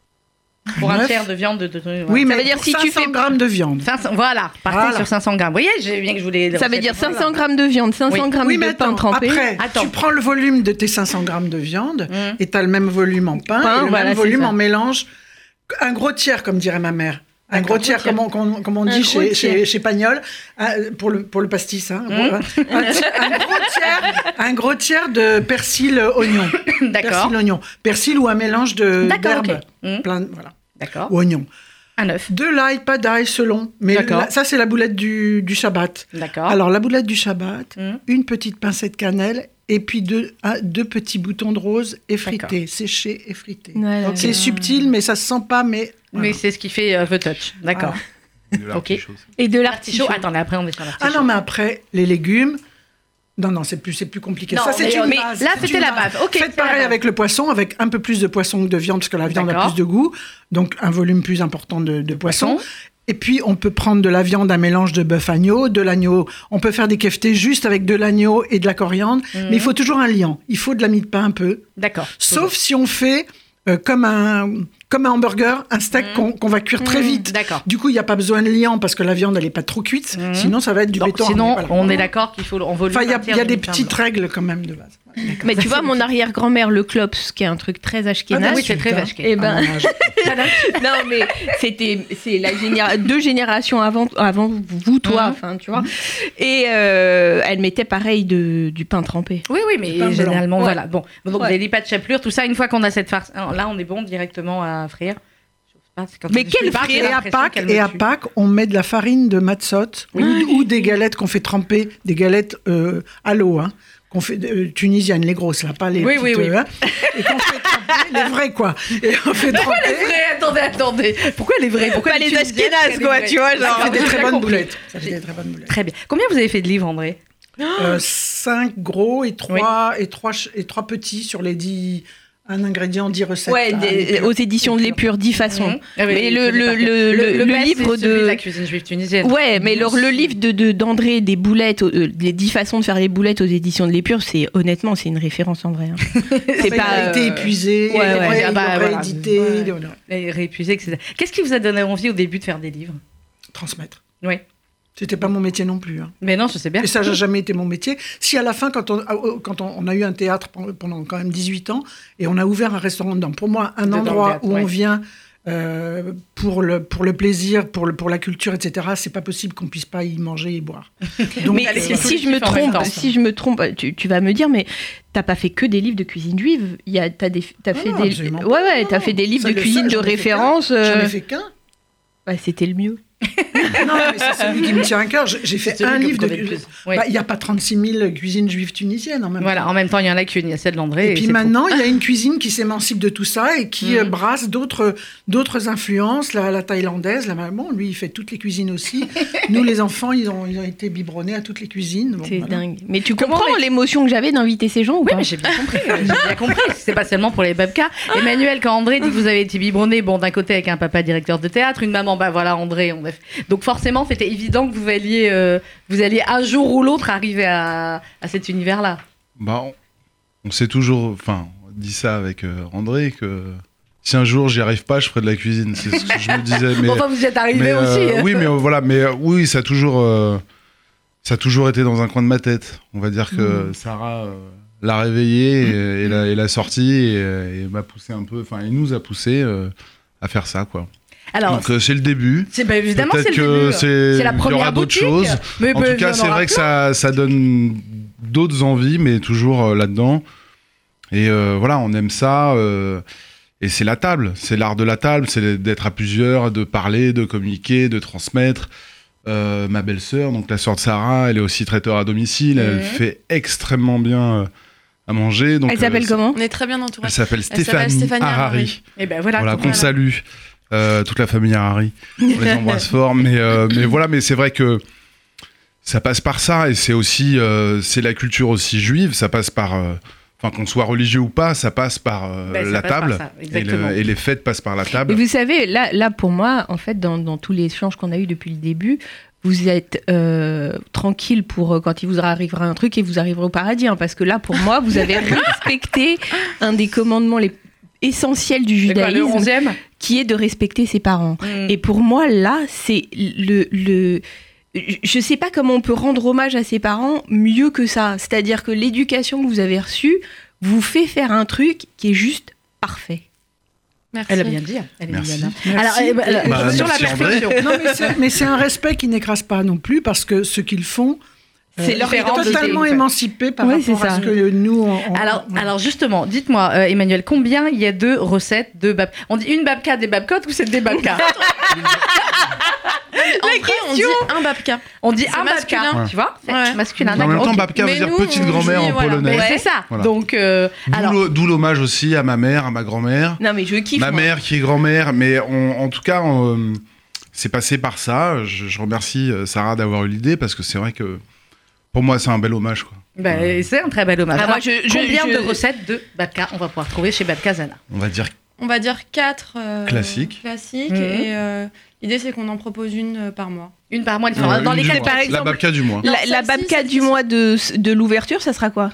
pour un œuf. tiers de viande. De, de- de- Oui, voilà. mais veut dire pour si tu cinq cents fais- grammes de viande. cinq cents voilà, partez Voilà. sur cinq cents grammes. Vous voyez, j'ai bien que je voulais. Ça veut dire cinq cents grammes de viande, cinq cents Oui. grammes Oui, mais de pain attends, trempé. après, Attends. tu prends le volume de tes cinq cents grammes de viande Mmh. et tu as le même volume en pain, Pain, et le voilà, même c'est volume ça. en mélange. Un gros tiers, comme dirait ma mère. Un D'accord, gros tiers, gros tiers. comme on, comme- comme on Un dit gros chez, tiers. chez, chez Pagnol, hein, pour, le, pour le pastis. Hein, Mmh. un, ti- un gros tiers, un gros tiers de persil euh, oignon. D'accord. Persil oignon. Persil ou un mélange de- D'accord, d'herbes. ok. Mmh. Plein de- voilà. D'accord. Ou oignon. Un œuf. De l'ail, pas d'ail, selon. Mais D'accord. là, ça, c'est la boulette du, du Shabbat. D'accord. Alors, la boulette du Shabbat, Mmh. une petite pincée de cannelle et puis deux, un- deux petits boutons de rose effrités, D'accord. séchés, effrités. Voilà. C'est subtil, mais ça se sent pas, mais... Mais c'est ce qui fait euh, The Touch. D'accord. De l'artichaut. Et de L'artichaut. l'artichaut. Attendez, après, on est sur l'artichaut. Ah non, mais après, les légumes... Non, non, c'est plus, c'est plus compliqué. Non, ça, c'est mais- une mais base. là, C'est c'était une la base. Ok, Faites c'est la pareil base. avec le poisson, avec un peu plus de poisson que de viande, parce que la viande a D'accord. plus de goût. Donc, un volume plus important de, de poisson. poisson. Et puis, on peut prendre de la viande, un mélange de bœuf agneau, de l'agneau. On peut faire des keftés juste avec de l'agneau et de la coriandre. Mhm. Mais il faut toujours un liant. Il faut de la mie de pain un peu. D'accord. Sauf si on fait euh, comme, un, comme un hamburger, un steak Mhm. qu'on qu'on va cuire très Mmh, vite. D'accord. Du coup, il n'y a pas besoin de liant parce que la viande, elle n'est pas trop cuite. Mhm. Sinon, ça va être du Donc, béton. sinon, Voilà. on est d'accord qu'il faut en volume. Enfin, il y a, un tiers il y a de des mi-pain petites blanc. règles quand même de base. Mais tu vois, mon arrière-grand-mère, le klops, qui est un truc très ashkénaze. Ah, Oui, c'est très Putain. vache. Eh ben, Ah, non, je- non, mais c'était c'est la généra- deux générations avant, avant vous, toi, Mhm. enfin, tu vois. Et euh, elle mettait pareil de, du pain trempé. Oui, oui, mais Du pain blanc. généralement, Ouais. voilà. Bon, donc Ouais. des lits pas de chapelure, tout ça, une fois qu'on a cette farce, alors là, on est bon directement à frire. Je sais pas, c'est quand Mais je quelle parle, j'ai frire Et à l'impression Pâques, qu'elle me et à tue. Pâques, on met de la farine de matzot ou, ou des galettes qu'on fait tremper, des galettes euh, à l'eau, hein, qu'on fait euh, tunisiennes, les grosses là, pas les Oui, petites, oui, oui. euh, hein, et qu'on fait tremper, les vraies quoi. Et on fait Pourquoi tremper. les vrais Attendez, attendez. Pourquoi les vrais Pourquoi Pas les tunisiennes, ashkénazes, pourquoi quoi, les tu vois, vrais genre. Ça fait des J'ai très bien bonnes compris. boulettes. Ça fait des très bonnes boulettes. Très bien. Combien vous avez fait de livres, André Euh, cinq gros et trois, et, trois, ch- et trois petits sur les dix, un ingrédient, dix recettes. Ouais, à des- l'épure. aux éditions de l'Épure, dix façons. Mhm. Ah oui, Mais oui, le, je connais le, par le, cœur. le, le best, livre c'est celui de. de la cuisine juive tunisienne. Ouais, mais le, le livre de, de- d'André, des boulettes, euh, les dix façons de faire les boulettes aux éditions de l'Épure, c'est honnêtement, c'est une référence en vrai. hein. C'est pas, pas a été euh, épuisé, ouais, ouais. ouais, Ah bah, il voilà. réédité, Ouais. il- voilà. Et réépuisé, et cetera. Qu'est-ce qui vous a donné envie au début de faire des livres transmettre. Oui. C'était pas mon métier non plus. hein. Mais non, je sais bien. Et ça n'a jamais été mon métier. Si à la fin, quand on, quand on, on a eu un théâtre pendant, pendant quand même dix-huit ans, et on a ouvert un restaurant dedans, pour moi, un Dedans, le endroit théâtre, où ouais. on vient euh, pour, le, pour le plaisir, pour, le, pour la culture, et cetera, c'est pas possible qu'on puisse pas y manger et boire. Donc, Mais allez, si, euh, si je me en même trompe, temps. si je me trompe, tu, tu vas me dire, mais t'as pas fait que des livres de cuisine juive. Il y a, t'as des, t'as Non, fait non, des, absolument ouais, ouais, pas. t'as fait des livres Ça, de le cuisine seul, de j'en ai fait référence. J'en euh, ai fait qu'un. ouais, c'était le mieux. Non, mais c'est celui qui me tient à cœur. J'ai j'ai fait C'est celui un que vous livre de. connaissez le plus. Oui. Bah, il n'y a pas trente-six mille cuisines juives tunisiennes en même Voilà, temps. en même temps, il y en a qu'une, il y a celle d'André. Et puis c'est maintenant, il y a une cuisine qui s'émancipe de tout ça et qui Mhm. euh, brasse d'autres d'autres influences. La, la thaïlandaise, la maman, lui, il fait toutes les cuisines aussi. Nous, les enfants, ils ont, ils ont été biberonnés à toutes les cuisines. Bon, C'est voilà. dingue. Mais tu Comment comprends on est- l'émotion que j'avais d'inviter ces gens ou Oui, pas mais j'ai bien compris. euh, J'ai bien compris. C'est pas seulement pour les babkas. Emmanuel, quand André dit que vous avez été biberonné, bon, d'un côté avec un papa directeur de théâtre, une maman, bah voilà, André. On a fait- Donc forcément, c'était évident que vous alliez, euh, vous alliez un jour ou l'autre arriver à, à cet univers-là. Bah, on, on sait toujours, enfin, on dit ça avec euh, André, que si un jour j'y arrive pas, je ferai de la cuisine. C'est ce que je me disais. Mais, Enfin, vous y êtes arrivé mais, euh, aussi. hein. oui, mais euh, voilà, mais euh, oui, ça a toujours, euh, ça a toujours été dans un coin de ma tête. On va dire que Sarah euh, l'a réveillée et, et l'a, et l'a sortie et, et m'a poussé un peu, enfin, il nous a poussé euh, à faire ça, quoi. Alors, Donc euh, c'est le début. c'est bah, évidemment Peut-être c'est le que début. c'est, C'est la il y première aura d'autres boutique. choses. Mais En bah, tout cas, il y en c'est aura vrai que plein. ça, ça donne d'autres envies, mais toujours euh, là-dedans. Et euh, voilà, on aime ça. euh, et c'est la table, c'est l'art de la table, c'est d'être à plusieurs, de parler, de communiquer, de transmettre. Euh, ma belle-sœur, donc la sœur de Sarah, elle est aussi traiteur à domicile, mmh. elle fait extrêmement bien euh, à manger. Donc, elle s'appelle euh, comment ? On est très bien entourés. Elle s'appelle Stéphanie, Stéphanie Harari. Harari. Et ben voilà. Voilà, qu'on voilà. salue, euh, toute la famille Harari. On les embrasse fort, mais, euh, mais voilà, mais c'est vrai que ça passe par ça, et c'est aussi, euh, c'est la culture aussi juive, ça passe par... Euh, Enfin, qu'on soit religieux ou pas, ça passe par euh, Ben, ça la passe table. par ça, et, exactement. le- et les fêtes passent par la table. Et vous savez, là, là pour moi, en fait, dans, dans tous les échanges qu'on a eus depuis le début, vous êtes euh, tranquille pour euh, quand il vous arrivera un truc et vous arriverez au paradis. Hein, parce que là, pour moi, vous avez respecté un des commandements les essentiels du C'est quoi, le judaïsme, onzième qui est de respecter ses parents. Mm. Et pour moi, là, c'est le... le je sais pas comment on peut rendre hommage à ses parents mieux que ça. C'est-à-dire que l'éducation que vous avez reçue vous fait faire un truc qui est juste parfait. Merci. Elle a bien dit. Elle est Merci. mignonne. Merci. Alors, eh ben, alors, Bah, sur la merci, André. perfection. Non, mais c'est, mais c'est un respect qui n'écrase pas non plus, parce que ce qu'ils font, C'est euh, leur est identité, totalement en fait. émancipé par Ouais, rapport c'est à ça. ce que nous, on, on- Alors, on- alors justement, dites-moi, euh, Emmanuel, combien il y a de recettes de bab... On dit une babka, des babcottes ou c'est des babkas? En vrai, on dit un babka. On dit C'est un babka, masculin. tu vois? C'est Ouais. masculin. En même d'accord, temps, ok. babka veut Mais dire nous, petite on grand-mère dit, en voilà. polonais. Mais c'est ça. Voilà. Donc, euh, D'où alors, le- D'où l'hommage aussi à ma mère, à ma grand-mère. Non, mais je kiffe. Ma moi. mère qui est grand-mère, mais on- en tout cas, on, euh, c'est passé par ça. Je, je remercie euh, Sarah d'avoir eu l'idée, parce que c'est vrai que pour moi, c'est un bel hommage, quoi. bah, c'est un très bel hommage. Ah, Alors, moi, je- je- combien je- de recettes de babka on va pouvoir trouver chez Babka Zana? On va dire On va dire quatre euh, Classiques. classiques Mhm. et euh, l'idée c'est qu'on en propose une euh, par mois. Une par mois. euh, Dans une les du quatre, mois. par La exemple. babka du mois. Non, La, la celle-ci, babka celle-ci, du mois de, de l'ouverture, ça sera quoi ?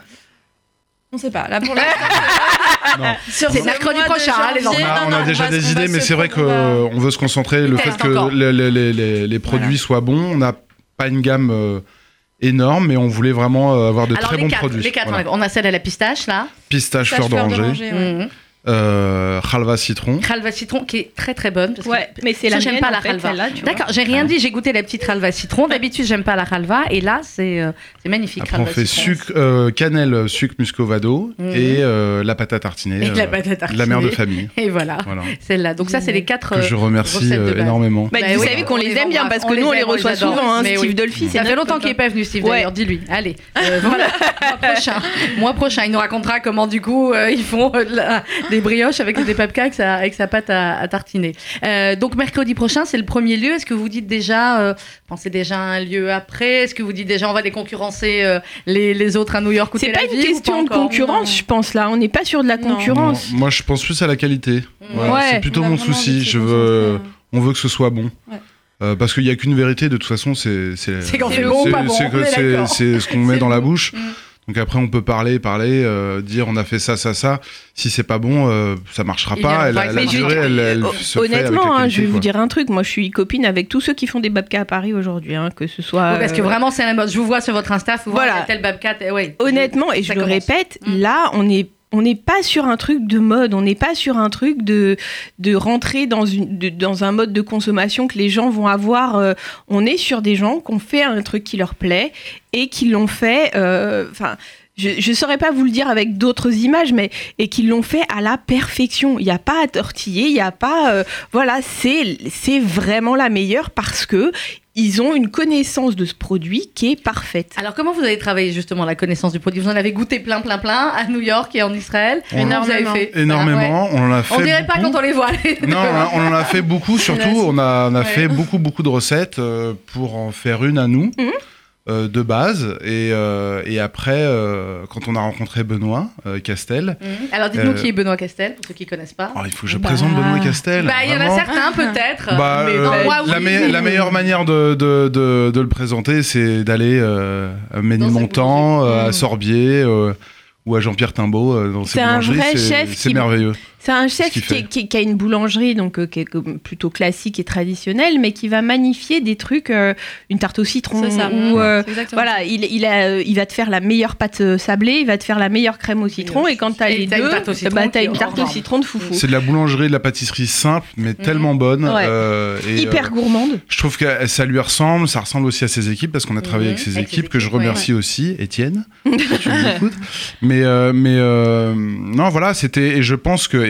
On sait pas. Là pour l'instant. Non. sur C'est ce mercredi mois de prochain, hein, les janvier, On a, non, on a non, déjà va- des on va idées, mais se c'est vrai prendre- on va- qu'on veut se concentrer. Le Il fait reste que encore. les, les- les- les- les produits Voilà. soient bons, on n'a pas une gamme euh, énorme, mais on voulait vraiment euh, avoir de Alors, très les bons quatre, produits. les quatre, Voilà. on a celle à la pistache, là. Pistache, Sache fleur d'oranger, ouais. Mhm. euh, halva citron. Halva citron, qui est très très bonne. Parce que Ouais, mais c'est ça, la j'aime mienne, pas en la fait, halva. celle-là, tu vois. D'accord, j'ai rien dit, j'ai goûté la petite halva citron. D'habitude, j'aime pas la halva, et là, c'est euh, c'est magnifique. Après, on halva fait citron. sucre, euh, cannelle, sucre muscovado Mhm. et euh, la patate tartinée. Et de la euh, patate de la mère de tartinée. famille. Et voilà, Voilà. celle-là. Donc ça, c'est les quatre. Que je euh, remercie recettes de euh, base. énormément. Bah, Bah vous oui, savez qu'on on les les aime bien embrasse, parce que on nous on les les aime, on les reçoit adore. souvent. Hein, Mais Steve oui. Dolphy, c'est Ça fait notre longtemps pote, qu'il n'est hein. pas venu, Steve, Ouais. d'ailleurs. Dis-lui. Allez, euh, voilà. mois prochain. Mois prochain, il nous racontera comment, du coup, euh, ils font euh, de la- des brioches avec des babkas avec sa, avec sa pâte à, à tartiner. Euh, donc, mercredi prochain, c'est le premier lieu. Est-ce que vous dites déjà, euh, pensez déjà à un lieu après? Est-ce que vous dites déjà, on va déconcurrencer euh, les, les autres à New York ou C'est Tel pas Aviv, une ou question de encore concurrence, Non. je pense là. On n'est pas sur de la Non. concurrence. Non, moi, je pense plus à la qualité. Voilà, Ouais. c'est plutôt On a mon vraiment envie souci. de se Je veux, concentrer, on veut que ce soit bon. Ouais. Euh, parce qu'il n'y a qu'une vérité, de toute façon, c'est c'est C'est quand c'est- c'est bon ou pas bon, c'est on que est c'est- d'accord. c'est ce qu'on met C'est dans la bon. bouche. Mm. Donc après, on peut parler, parler, euh, dire on a fait ça, ça, ça. Si c'est pas bon, euh, ça marchera Il y pas. a- Elle, par la exemple, durée, elle, elle Hon- se fait avec la Honnêtement, hein, qualité, je vais vous quoi. dire un truc. Moi, je suis copine avec tous ceux qui font des babkas à Paris aujourd'hui, hein, que ce soit. Oui, parce que euh, vraiment, c'est la mode. Je vous vois sur votre Insta, vous Voilà. voilà. tel babka, tel- ouais. Honnêtement, et je Ça le commence. répète, Mm. là, on est on n'est pas sur un truc de mode, on n'est pas sur un truc de, de rentrer dans, une, de- dans un mode de consommation que les gens vont avoir. euh, on est sur des gens qui ont fait un truc qui leur plaît et qui l'ont fait. Enfin. je ne saurais pas vous le dire avec d'autres images, mais et qui l'ont fait à la perfection. Il n'y a pas à tortiller, il n'y a pas. euh, voilà, c'est c'est vraiment la meilleure parce que ils ont une connaissance de ce produit qui est parfaite. Alors, comment vous avez travaillé justement la connaissance du produit? Vous en avez goûté plein, plein, plein à New York et en Israël. On- Comment vous avez fait Énormément. ça, ouais. On en a fait. On dirait pas beaucoup. quand on les voit. les- Non, on a- on en a fait beaucoup, surtout. Merci. On a, on a Ouais. fait beaucoup, beaucoup de recettes euh, pour en faire une à nous, Mhm. euh, de base. Et, euh, et après, euh, quand on a rencontré Benoît euh, Castel, Mhm. Alors, dites-nous Euh, qui est Benoît Castel, pour ceux qui ne connaissent pas. oh, il faut que je Bah. présente Benoît Castel. Bah, il y en a vraiment. certains, peut-être. Bah, mais euh, non, moi, la, oui. me- la meilleure manière de, de, de, de le présenter, c'est d'aller euh, à Ménilmontant, Dans sa euh, à boulangerie. Sorbier euh, ou à Jean-Pierre Timbaud euh, dans ses C'est un boulangeries. vrai C'est- chef C'est qui- merveilleux. C'est un chef qu'il qui, fait. est- qui- qui a une boulangerie donc euh, qui est comme plutôt classique et traditionnelle, mais qui va magnifier des trucs, euh, une tarte au citron C'est ça. ou euh, C'est exactement voilà, il, il, a, euh, il va te faire la meilleure pâte euh, sablée, il va te faire la meilleure crème au citron, et quand t'as Et les t'as une deux, tarte au citron bah, t'as qui une est tarte au hors norme. citron de foufou. C'est de la boulangerie, de la pâtisserie simple, mais tellement bonne. Ouais. euh, et, Hyper euh, gourmande. Je trouve que ça lui ressemble, ça ressemble aussi à ses équipes, parce qu'on a travaillé Mhm. avec ses Avec ses équipes, que je équipes, ouais, remercie aussi, Étienne, si tu m'écoutes. Mais, euh, mais euh, non, voilà, c'était, et je pense que,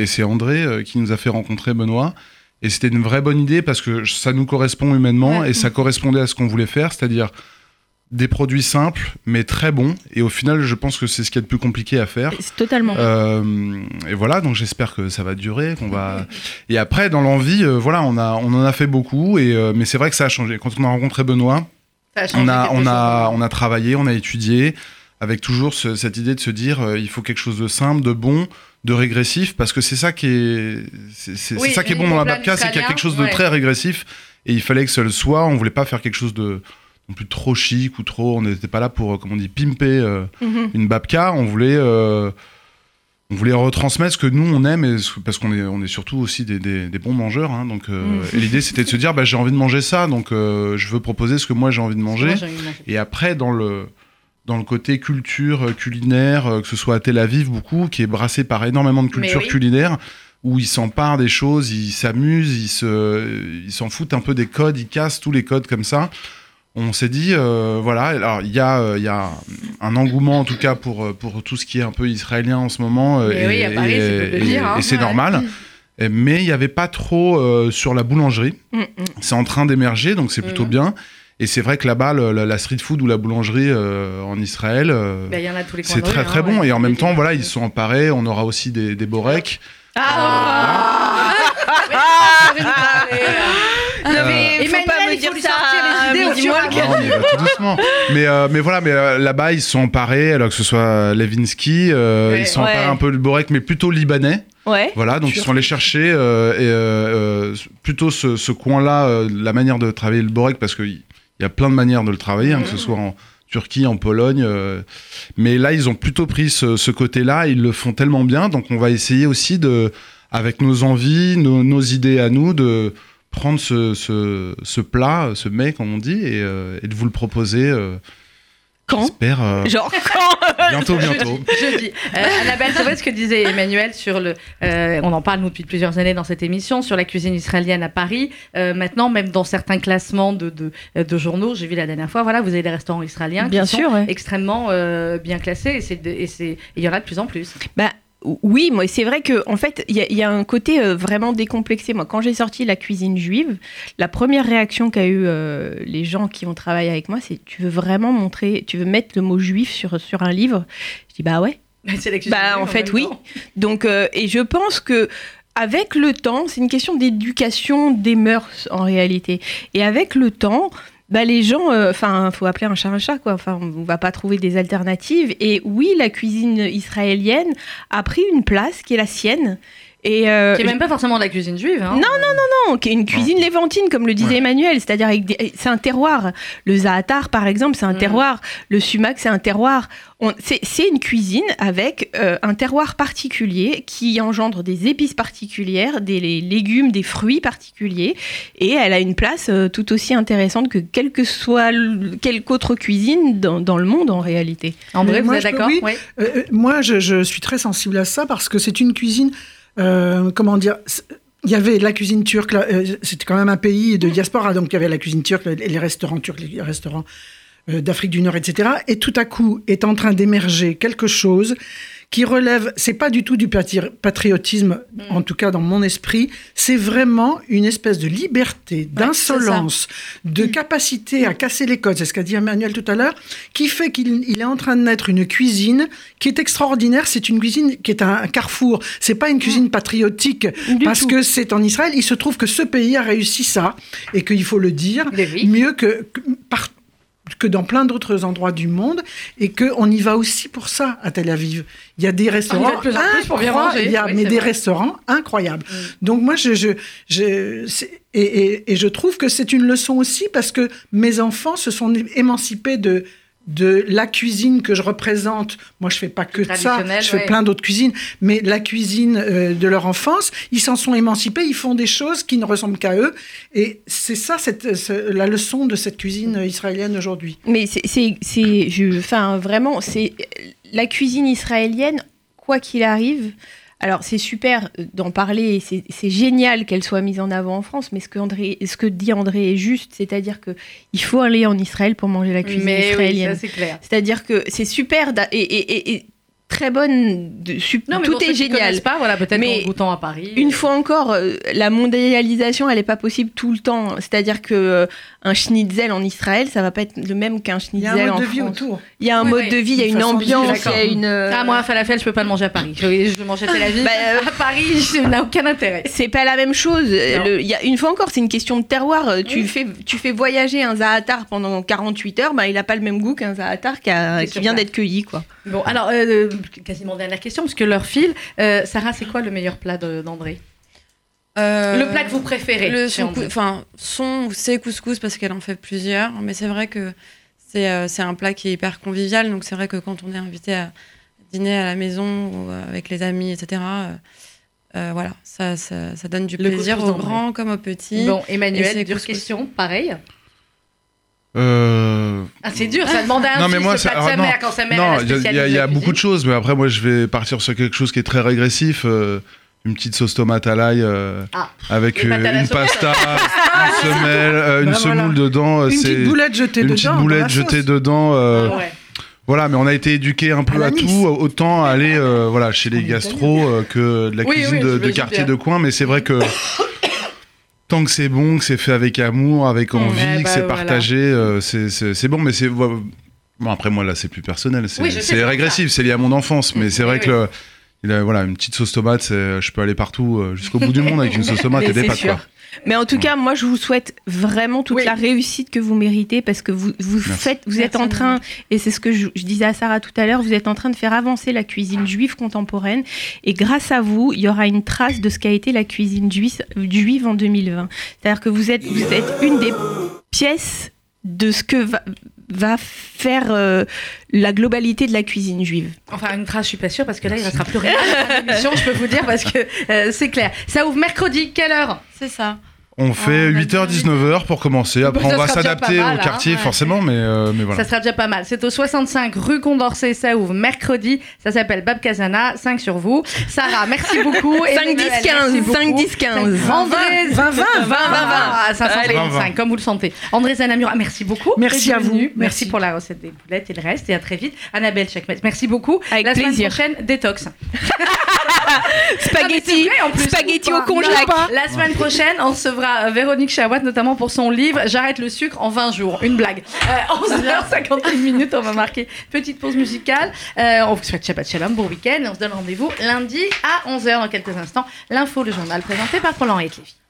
et c'est André euh, qui nous a fait rencontrer Benoît. Et c'était une vraie bonne idée parce que ça nous correspond humainement ouais. et ça correspondait à ce qu'on voulait faire, c'est-à-dire des produits simples mais très bons. Et au final, je pense que c'est ce qui est le plus compliqué à faire. C'est totalement. Euh, et voilà, donc j'espère que ça va durer, qu'on va. Et après, dans l'envie, euh, voilà, on a, on en a fait beaucoup. Et euh, mais c'est vrai que ça a changé. Quand on a rencontré Benoît, Ça a changé on a, quelque on chose, a, hein. on a travaillé, on a étudié, avec toujours ce- cette idée de se dire, euh, il faut quelque chose de simple, de bon, de régressif, parce que c'est ça qui est, c'est, c'est- Oui, c'est ça qui est bon le dans la plan babka, c'est qu'il y a israélien, quelque chose de ouais. très régressif, et il fallait que ça le soit. On voulait pas faire quelque chose de non plus trop chic ou trop. On n'était pas là pour, euh, comme on dit, pimper euh, Mhm. une babka. On voulait, euh, on voulait retransmettre ce que nous on aime, et ce- parce qu'on est, on est surtout aussi des, des- des bons mangeurs. Hein, donc, euh, Mm. et l'idée c'était de se dire, bah, j'ai envie de manger ça, donc euh, je veux proposer ce que moi j'ai envie de manger. Moi, j'ai envie de manger. Et après, dans le, dans le côté culture euh, culinaire, euh, que ce soit à Tel Aviv beaucoup, qui est brassé par énormément de Mais culture oui. culinaire, où ils s'emparent des choses, ils s'amusent, ils, se, ils s'en foutent un peu des codes, ils cassent tous les codes comme ça. On s'est dit, euh, voilà, alors il y, a, euh, il y a un engouement en tout cas pour, euh, pour tout ce qui est un peu israélien en ce moment. euh, Mais oui, à Paris, c'est peu de le et- dire, hein. et c'est Ouais. normal. Et- Mais il n'y avait pas trop euh, sur la boulangerie. Mhm. C'est en train d'émerger, donc c'est plutôt Mhm. bien. Et c'est vrai que là-bas, le- la, la street food ou la boulangerie euh, en Israël, euh, Bah, il y en a tous les coins c'est de rue, très très hein, bon. ouais. Et en même temps, voilà, ils sont emparés. On aura aussi des, des boreks. Ah Non mais faut Emmanuel, pas me il dire faut lui ça sortir les idées à au midi fur et moins à le mesure. Non, on y va tout doucement. Mais, euh, mais voilà, mais euh, là-bas, ils sont emparés, alors que ce soit Levinsky, euh, Ouais. ils sont emparés Ouais. un peu le borek, mais plutôt libanais. Ouais. Voilà, donc Turc. ils sont allés chercher euh, et, euh, euh, plutôt ce, ce coin-là, euh, la manière de travailler le borek, parce qu'il y a plein de manières de le travailler, hein, que ce soit en Turquie, en Pologne. euh, mais là, ils ont plutôt pris ce, ce côté-là, ils le font tellement bien, donc on va essayer aussi, de, avec nos envies, nos, nos idées à nous, de prendre ce, ce, ce plat, ce mets, comme on dit, et, euh, et de vous le proposer. euh, Quand J'espère euh, Genre quand bientôt, bientôt. Je dis. Euh, Annabelle, c'est vrai ce que disait Emmanuel sur le. euh, on en parle nous depuis plusieurs années dans cette émission sur la cuisine israélienne à Paris. Euh, maintenant, même dans certains classements de, de, de journaux, j'ai vu la dernière fois. Voilà, vous avez des restaurants israéliens Bien qui sûr, sont ouais. extrêmement euh, bien classés et c'est de- et c'est et il y en a de plus en plus. Bah oui, moi c'est vrai que en fait il y, a- il y a un côté euh, vraiment décomplexé. Moi, quand j'ai sorti la cuisine juive, la première réaction qu'a eu euh, les gens qui ont travaillé avec moi, c'est tu veux vraiment montrer, tu veux mettre le mot juif sur sur un livre. Je dis bah ouais. C'est la cuisine Bah juive en fait même oui. temps. Donc euh, et je pense que avec le temps, c'est une question d'éducation des mœurs en réalité. Et avec le temps, bah les gens, enfin, faut appeler un chat un chat, quoi. Enfin, on va pas trouver des alternatives. Et oui, la cuisine israélienne a pris une place qui est la sienne. Et euh, Qui est même pas forcément de la cuisine juive. Hein. Non, non, qui est une cuisine léventine, comme le disait Ouais. Emmanuel, c'est-à-dire avec des- c'est un terroir. Le zaatar, par exemple, c'est un Mm. terroir. Le sumac, c'est un terroir. On- C'est c'est une cuisine avec euh, un terroir particulier qui engendre des épices particulières, des les légumes, des fruits particuliers, et elle a une place euh, tout aussi intéressante que quelle que soit le- quelque autre cuisine dans, dans le monde en réalité. André, Mais vous moi, êtes je peux- d'accord oui. Ouais. Euh, moi, je, je suis très sensible à ça parce que c'est une cuisine, euh, comment dire, c'est- il y avait la cuisine turque, là, euh, c'était quand même un pays de diaspora, donc il y avait la cuisine turque, les les restaurants turcs, les restaurants euh, d'Afrique du Nord, et cetera. Et tout à coup est en train d'émerger quelque chose qui relève, c'est pas du tout du patri- patriotisme, en tout cas dans mon esprit, c'est vraiment une espèce de liberté, d'insolence, de capacité à casser les codes, c'est ce qu'a dit Emmanuel tout à l'heure, qui fait qu'il il est en train de naître une cuisine qui est extraordinaire. C'est une cuisine qui est un, un carrefour. C'est pas une cuisine patriotique Du parce tout. que c'est en Israël. Il se trouve que ce pays a réussi ça et qu'il faut le dire Mais oui. mieux que, que par- que dans plein d'autres endroits du monde, et qu'on y va aussi pour ça à Tel Aviv. Il y a des restaurants de plus en plus pour bien incroyables, manger. il y a, Oui, mais c'est des vrai. restaurants incroyables. Donc moi, je, je, je, c'est- et, et, et je trouve que c'est une leçon aussi parce que mes enfants se sont émancipés de de la cuisine que je représente. Moi, je fais pas que de ça, Traditionnelle, je fais ouais. plein d'autres cuisines, mais la cuisine euh, de leur enfance, ils s'en sont émancipés, ils font des choses qui ne ressemblent qu'à eux, et c'est ça cette, ce- la leçon de cette cuisine israélienne aujourd'hui. Mais c'est, c'est, c'est, je, enfin, vraiment, c'est la cuisine israélienne, quoi qu'il arrive. Alors, c'est super d'en parler, et c'est, c'est génial qu'elle soit mise en avant en France, mais ce que, André, ce que dit André est juste, c'est-à-dire qu'il faut aller en Israël pour manger la cuisine Mais oui, israélienne. ça c'est clair. C'est-à-dire que c'est super, d'a- et, et, et, et très bonne, de, sup- Non, mais tout pour ceux est qui génial. connaissent pas, voilà, peut-être Mais en goûtant à Paris. Une fois encore, euh, la mondialisation, elle n'est pas possible tout le temps. C'est-à-dire que euh, un schnitzel en Israël, ça va pas être le même qu'un Il y a schnitzel un en mode de vie France. autour. Il y a un Ouais, mode ouais. de vie, il y a Une une façon de vivre, ambiance, il y a d'accord. une. euh, Ah, moi, un falafel, je peux pas le manger à Paris. Je, je le mange à Tel Aviv. Bah, euh, à Paris, ça n'a aucun intérêt. C'est pas la même chose. Non. Le- il y a, une fois encore, c'est une question de terroir. Euh, Tu, fais, tu fais voyager un zaatar pendant quarante-huit heures, bah, il n'a pas le même goût qu'un zaatar qui, a- C'est qui sur vient place. d'être cueilli. Quoi. Bon, alors, euh, quasiment dernière question, parce que l'heure file. Euh, Sarah, c'est quoi le meilleur plat de- d'André Euh, Le plat que vous préférez le chez son, André. enfin son ou ses couscous parce qu'elle en fait plusieurs, mais c'est vrai que c'est euh, c'est un plat qui est hyper convivial, donc c'est vrai que quand on est invité à dîner à la maison ou avec les amis, et cetera. Euh, euh, voilà, ça, ça, ça donne du Le plaisir couscous aux d'André. grands comme aux petits. Bon, Et Emmanuel, c'est dure couscous. question, pareil. Euh, Ah, c'est dur, ça demande à un Non, mais fils moi, le c'est- plat de alors, sa non. mère quand sa mère non, est il y a- il y, a- il y a spécialiste beaucoup de choses, mais après, moi, je vais partir sur quelque chose qui est très régressif. euh, une petite sauce tomate à l'ail euh, Ah. avec Les pâtes euh, à la une sauce. pasta, une semelle, euh, une Bah, voilà. semoule dedans. euh, Une c'est petite boulette jetée une dedans. petite dans la boulette sauce. jetée dedans. euh, Ah ouais. Voilà, mais on a été éduqués un peu À à, la Nice. tout, autant aller euh, voilà, chez les On est gastros euh, que de la Oui, cuisine oui, de, de j'imagine quartier bien. de coin. Mais c'est vrai que tant que c'est bon, que c'est fait avec amour, avec envie, Ouais, que bah, c'est voilà. partagé, euh, c'est- c'est c'est bon. Mais c'est bon, après moi là, c'est plus personnel. C'est Oui, je sais, c'est c'est pour régressif, c'est lié à mon enfance. Mais c'est Oui, vrai oui. que le- il a, voilà, une petite sauce tomate, c'est- je peux aller partout, euh, jusqu'au bout du monde avec une sauce tomate Mais et des c'est pâtes. sûr. Quoi. Mais en tout cas, moi, je vous souhaite vraiment toute Oui. la réussite que vous méritez parce que vous, vous, faites, vous êtes Merci, en train, et c'est ce que je, je disais à Sarah tout à l'heure, vous êtes en train de faire avancer la cuisine juive contemporaine. Et grâce à vous, il y aura une trace de ce qu'a été la cuisine juive, juive en deux mille vingt. C'est-à-dire que vous êtes, vous êtes une des pièces de ce que va, va faire euh, la globalité de la cuisine juive. Enfin, une trace, je suis pas sûre, parce que là, il ne restera plus rien à la fin de l'émission, je peux vous dire, parce que euh, c'est clair. Ça ouvre mercredi, quelle heure C'est ça. On fait on a huit heures dix-neuf heures pour commencer. Après, Bah, ça on va sera déjà s'adapter pas mal, au hein, quartier, ouais. forcément, mais, euh, mais voilà. Ça sera déjà pas mal. C'est au soixante-cinq rue Condorcet, ça ouvre mercredi. Ça s'appelle Bab Kazana, cinq sur vous. Sarah, merci beaucoup. cinq, dix, quinze, cinq, dix, quinze. André, vingt, vingt, vingt, vingt. Ah, ça Allez. vingt, vingt. comme vous le sentez. André Zanamura, merci beaucoup. Merci d'être à vous. venu. Merci. Merci. pour la recette des boulettes et le reste. Et à très vite. Annabelle Chakmet, merci beaucoup. Avec la plaisir. semaine prochaine, détox. Spaghetti, Ah, mais c'est vrai, en plus, spaghetti ou au pas congelac. La semaine prochaine, on recevra euh, Véronique Chawat, notamment pour son livre J'arrête le sucre en vingt jours. Une blague. Euh, onze heures cinquante-une minutes, on va marquer petite pause musicale. Euh, on vous souhaite Shabbat Shalom, bon week-end. Et on se donne rendez-vous lundi à onze heures dans quelques instants. L'info, le journal présenté par Roland et Lévy.